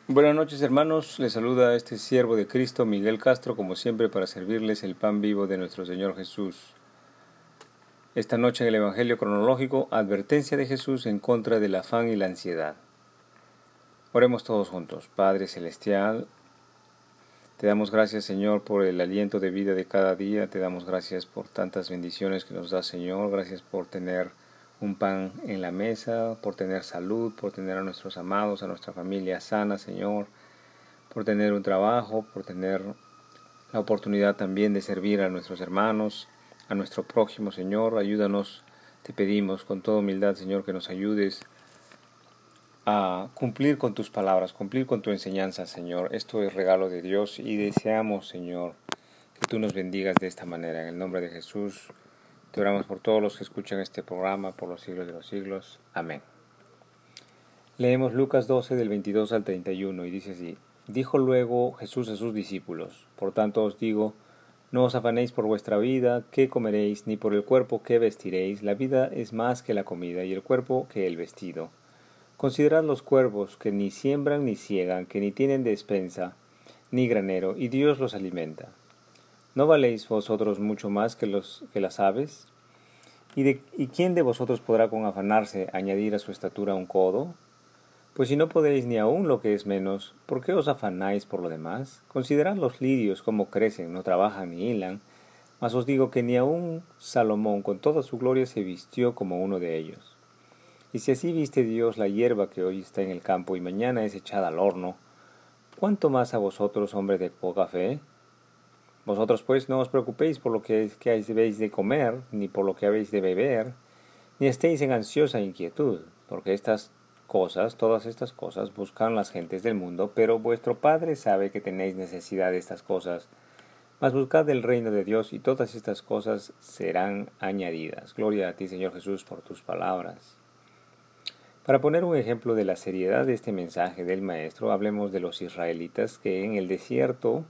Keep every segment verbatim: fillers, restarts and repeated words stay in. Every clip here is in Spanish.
Buenas noches, hermanos, les saluda este siervo de Cristo, Miguel Castro, como siempre para servirles el pan vivo de nuestro Señor Jesús. Esta noche en el Evangelio cronológico, advertencia de Jesús en contra del afán y la ansiedad. Oremos todos juntos. Padre Celestial, te damos gracias, Señor, por el aliento de vida de cada día. Te damos gracias por tantas bendiciones que nos da, Señor. Gracias por tener un pan en la mesa, por tener salud, por tener a nuestros amados, a nuestra familia sana, Señor, por tener un trabajo, por tener la oportunidad también de servir a nuestros hermanos, a nuestro prójimo, Señor. Ayúdanos, te pedimos con toda humildad, Señor, que nos ayudes a cumplir con tus palabras, cumplir con tu enseñanza, Señor. Esto es regalo de Dios y deseamos, Señor, que tú nos bendigas de esta manera. En el nombre de Jesús, te oramos por todos los que escuchan este programa, por los siglos de los siglos. Amén. Leemos Lucas doce, del veintidós al treinta y uno, y dice así: Dijo luego Jesús a sus discípulos: Por tanto os digo, no os afanéis por vuestra vida, qué comeréis, ni por el cuerpo, qué vestiréis. La vida es más que la comida, y el cuerpo que el vestido. Considerad los cuervos, que ni siembran ni ciegan, que ni tienen despensa, ni granero, y Dios los alimenta. ¿No valéis vosotros mucho más que, los, que las aves? ¿Y, de, ¿Y quién de vosotros podrá con afanarse añadir a su estatura un codo? Pues si no podéis ni aun lo que es menos, ¿por qué os afanáis por lo demás? Considerad los lirios cómo crecen, no trabajan ni hilan, mas os digo que ni aun Salomón con toda su gloria se vistió como uno de ellos. Y si así viste Dios la hierba que hoy está en el campo y mañana es echada al horno, ¿cuánto más a vosotros, hombre de poca fe? Vosotros pues no os preocupéis por lo que, que habéis de comer, ni por lo que habéis de beber, ni estéis en ansiosa inquietud, porque estas cosas, todas estas cosas, buscan las gentes del mundo, pero vuestro Padre sabe que tenéis necesidad de estas cosas. Mas buscad el reino de Dios, y todas estas cosas serán añadidas. Gloria a ti, Señor Jesús, por tus palabras. Para poner un ejemplo de la seriedad de este mensaje del Maestro, hablemos de los israelitas que en el desierto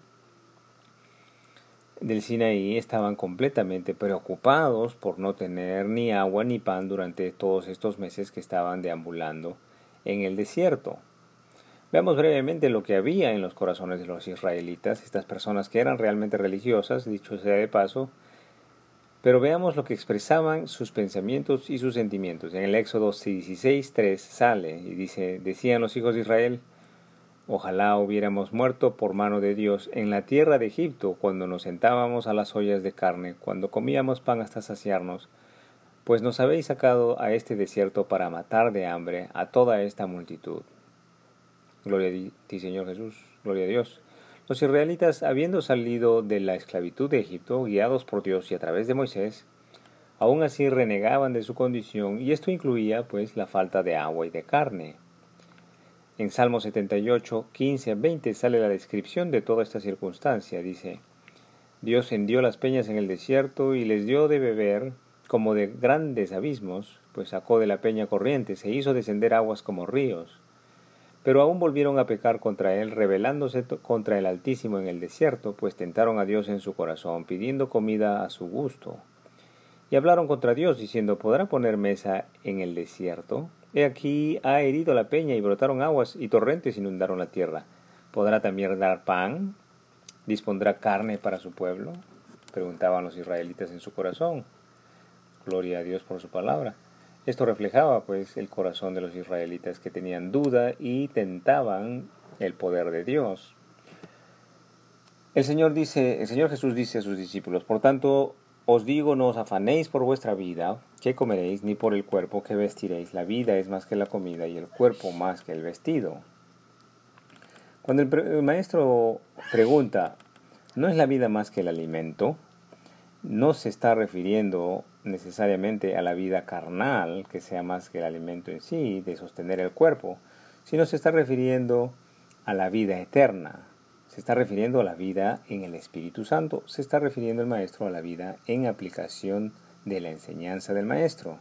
del Sinaí estaban completamente preocupados por no tener ni agua ni pan durante todos estos meses que estaban deambulando en el desierto. Veamos brevemente lo que había en los corazones de los israelitas, estas personas que eran realmente religiosas, dicho sea de paso, pero veamos lo que expresaban sus pensamientos y sus sentimientos. En el Éxodo dieciséis, tres sale y dice: Decían los hijos de Israel: Ojalá hubiéramos muerto por mano de Dios en la tierra de Egipto, cuando nos sentábamos a las ollas de carne, cuando comíamos pan hasta saciarnos, pues nos habéis sacado a este desierto para matar de hambre a toda esta multitud. Gloria a ti, Señor Jesús, gloria a Dios. Los israelitas, habiendo salido de la esclavitud de Egipto, guiados por Dios y a través de Moisés, aún así renegaban de su condición, y esto incluía, pues, la falta de agua y de carne. En Salmo setenta y ocho, quince a veinte sale la descripción de toda esta circunstancia. Dice: Dios hendió las peñas en el desierto y les dio de beber como de grandes abismos, pues sacó de la peña corrientes e hizo descender aguas como ríos. Pero aún volvieron a pecar contra él, rebelándose contra el Altísimo en el desierto, pues tentaron a Dios en su corazón, pidiendo comida a su gusto. Y hablaron contra Dios, diciendo: ¿Podrá poner mesa en el desierto? He aquí ha herido la peña, y brotaron aguas, y torrentes inundaron la tierra. ¿Podrá también dar pan? ¿Dispondrá carne para su pueblo? Preguntaban los israelitas en su corazón. Gloria a Dios por su palabra. Esto reflejaba, pues, el corazón de los israelitas, que tenían duda y tentaban el poder de Dios. El Señor dice, el Señor Jesús dice a sus discípulos: Por tanto, os digo, no os afanéis por vuestra vida, qué comeréis, ni por el cuerpo, qué vestiréis. La vida es más que la comida, y el cuerpo más que el vestido. Cuando el, el maestro pregunta: ¿no es la vida más que el alimento?, no se está refiriendo necesariamente a la vida carnal, que sea más que el alimento en sí, de sostener el cuerpo, sino se está refiriendo a la vida eterna. Se está refiriendo a la vida en el Espíritu Santo. Se está refiriendo el Maestro a la vida en aplicación de la enseñanza del Maestro.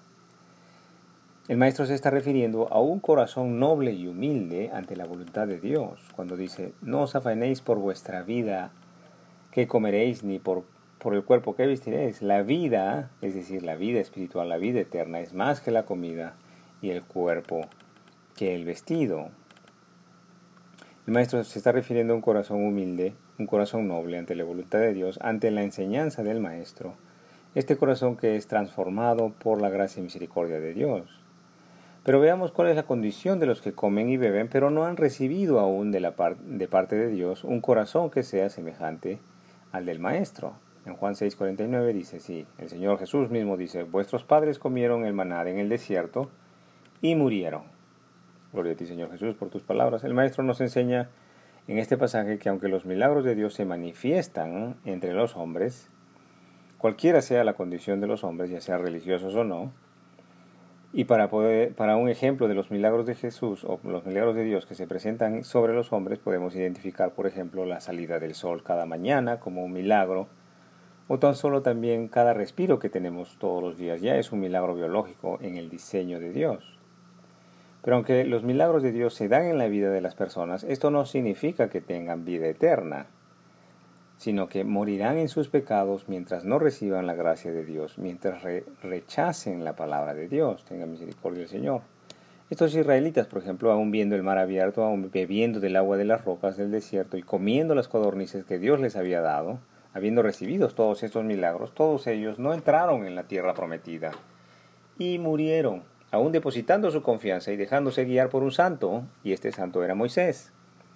El Maestro se está refiriendo a un corazón noble y humilde ante la voluntad de Dios, cuando dice: No os afanéis por vuestra vida, qué comeréis, ni por, por el cuerpo que vestiréis. La vida, es decir, la vida espiritual, la vida eterna, es más que la comida, y el cuerpo que el vestido. El maestro se está refiriendo a un corazón humilde, un corazón noble ante la voluntad de Dios, ante la enseñanza del maestro. Este corazón que es transformado por la gracia y misericordia de Dios. Pero veamos cuál es la condición de los que comen y beben, pero no han recibido aún de, la par de parte de Dios un corazón que sea semejante al del Maestro. En Juan seis cuarenta y nueve dice, sí, el Señor Jesús mismo dice, vuestros padres comieron el maná en el desierto y murieron. Gloria a ti, Señor Jesús, por tus palabras. El Maestro nos enseña en este pasaje que aunque los milagros de Dios se manifiestan entre los hombres, cualquiera sea la condición de los hombres, ya sean religiosos o no, y para, poder, para un ejemplo de los milagros de Jesús o los milagros de Dios que se presentan sobre los hombres, podemos identificar, por ejemplo, la salida del sol cada mañana como un milagro, o tan solo también cada respiro que tenemos todos los días ya es un milagro biológico en el diseño de Dios. Pero aunque los milagros de Dios se dan en la vida de las personas, esto no significa que tengan vida eterna, sino que morirán en sus pecados mientras no reciban la gracia de Dios, mientras re rechacen la palabra de Dios. Tenga misericordia el Señor. Estos israelitas, por ejemplo, aún viendo el mar abierto, aún bebiendo del agua de las rocas del desierto y comiendo las codornices que Dios les había dado, habiendo recibido todos estos milagros, todos ellos no entraron en la tierra prometida y murieron, aún depositando su confianza y dejándose guiar por un santo, y este santo era Moisés.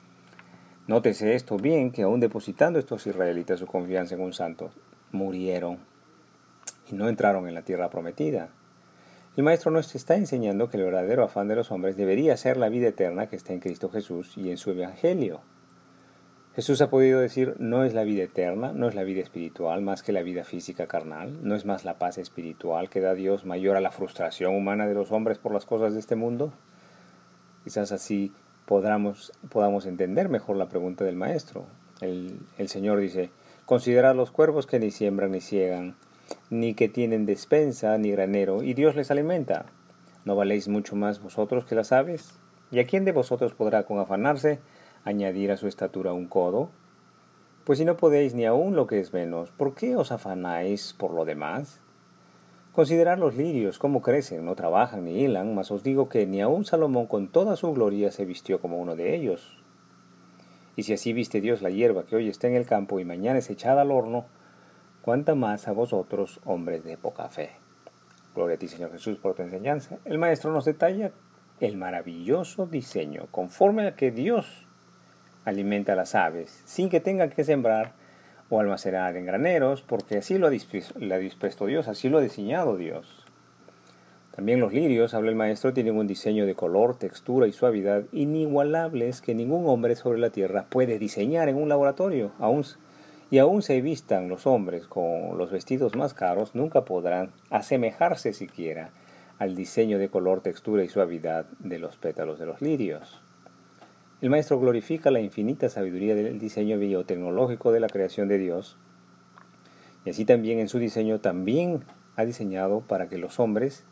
Nótese esto bien, que aún depositando estos israelitas su confianza en un santo, murieron y no entraron en la tierra prometida. El Maestro nos está enseñando que el verdadero afán de los hombres debería ser la vida eterna que está en Cristo Jesús y en su Evangelio. Jesús ha podido decir, no es la vida eterna, no es la vida espiritual más que la vida física carnal, no es más la paz espiritual que da Dios mayor a la frustración humana de los hombres por las cosas de este mundo. Quizás así Podamos, podamos entender mejor la pregunta del Maestro. El, el Señor dice, considerad los cuervos que ni siembran ni ciegan, ni que tienen despensa ni granero, y Dios les alimenta. ¿No valéis mucho más vosotros que las aves? ¿Y a quién de vosotros podrá con afanarse añadir a su estatura un codo? Pues si no podéis ni aun lo que es menos, ¿por qué os afanáis por lo demás? Considerad los lirios, cómo crecen, no trabajan ni hilan, mas os digo que ni aun Salomón con toda su gloria se vistió como uno de ellos. Y si así viste Dios la hierba que hoy está en el campo y mañana es echada al horno, ¿cuánta más a vosotros, hombres de poca fe? Gloria a ti, Señor Jesús, por tu enseñanza. El Maestro nos detalla el maravilloso diseño, conforme a que Dios alimenta a las aves, sin que tengan que sembrar o almacenar en graneros, porque así lo ha dispuesto Dios, así lo ha diseñado Dios. También los lirios, habla el Maestro, tienen un diseño de color, textura y suavidad inigualables que ningún hombre sobre la tierra puede diseñar en un laboratorio. Aún, y aún se vistan los hombres con los vestidos más caros, nunca podrán asemejarse siquiera al diseño de color, textura y suavidad de los pétalos de los lirios. El Maestro glorifica la infinita sabiduría del diseño biotecnológico de la creación de Dios, y así también en su diseño también ha diseñado para que los hombres,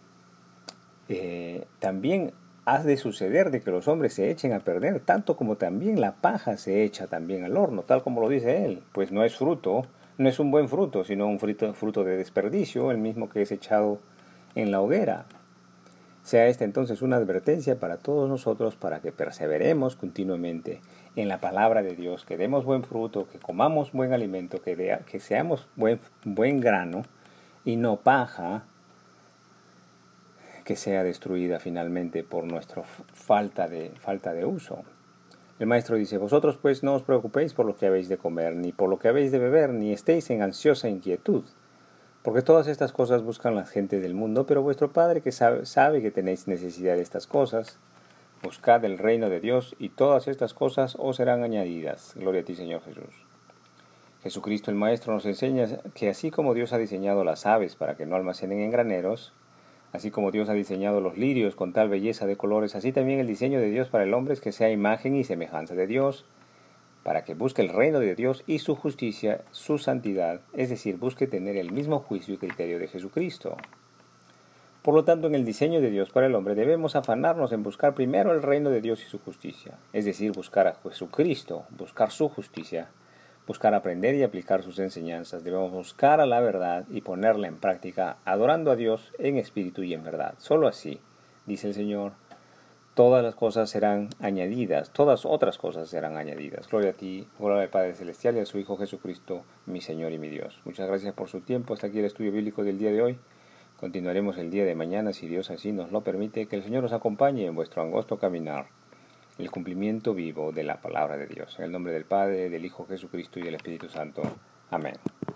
eh, también ha de suceder de que los hombres se echen a perder, tanto como también la paja se echa también al horno, tal como lo dice él, pues no es fruto, no es un buen fruto, sino un fruto, fruto de desperdicio, el mismo que es echado en la hoguera. Sea esta entonces una advertencia para todos nosotros para que perseveremos continuamente en la palabra de Dios, que demos buen fruto, que comamos buen alimento, que, de, que seamos buen, buen grano y no paja que sea destruida finalmente por nuestra falta de, falta de uso. El Maestro dice, vosotros pues no os preocupéis por lo que habéis de comer, ni por lo que habéis de beber, ni estéis en ansiosa inquietud. Porque todas estas cosas buscan la gente del mundo, pero vuestro Padre que sabe, sabe que tenéis necesidad de estas cosas, buscad el reino de Dios y todas estas cosas os serán añadidas. Gloria a ti, Señor Jesús. Jesucristo el Maestro nos enseña que así como Dios ha diseñado las aves para que no almacenen en graneros, así como Dios ha diseñado los lirios con tal belleza de colores, así también el diseño de Dios para el hombre es que sea imagen y semejanza de Dios, para que busque el reino de Dios y su justicia, su santidad, es decir, busque tener el mismo juicio y criterio de Jesucristo. Por lo tanto, en el diseño de Dios para el hombre debemos afanarnos en buscar primero el reino de Dios y su justicia, es decir, buscar a Jesucristo, buscar su justicia, buscar aprender y aplicar sus enseñanzas. Debemos buscar a la verdad y ponerla en práctica, adorando a Dios en espíritu y en verdad. Solo así, dice el Señor, todas las cosas serán añadidas, todas otras cosas serán añadidas. Gloria a ti, gloria al Padre Celestial y a su Hijo Jesucristo, mi Señor y mi Dios. Muchas gracias por su tiempo. Hasta aquí el estudio bíblico del día de hoy. Continuaremos el día de mañana, si Dios así nos lo permite. Que el Señor os acompañe en vuestro angosto caminar, el cumplimiento vivo de la palabra de Dios. En el nombre del Padre, del Hijo Jesucristo y del Espíritu Santo. Amén.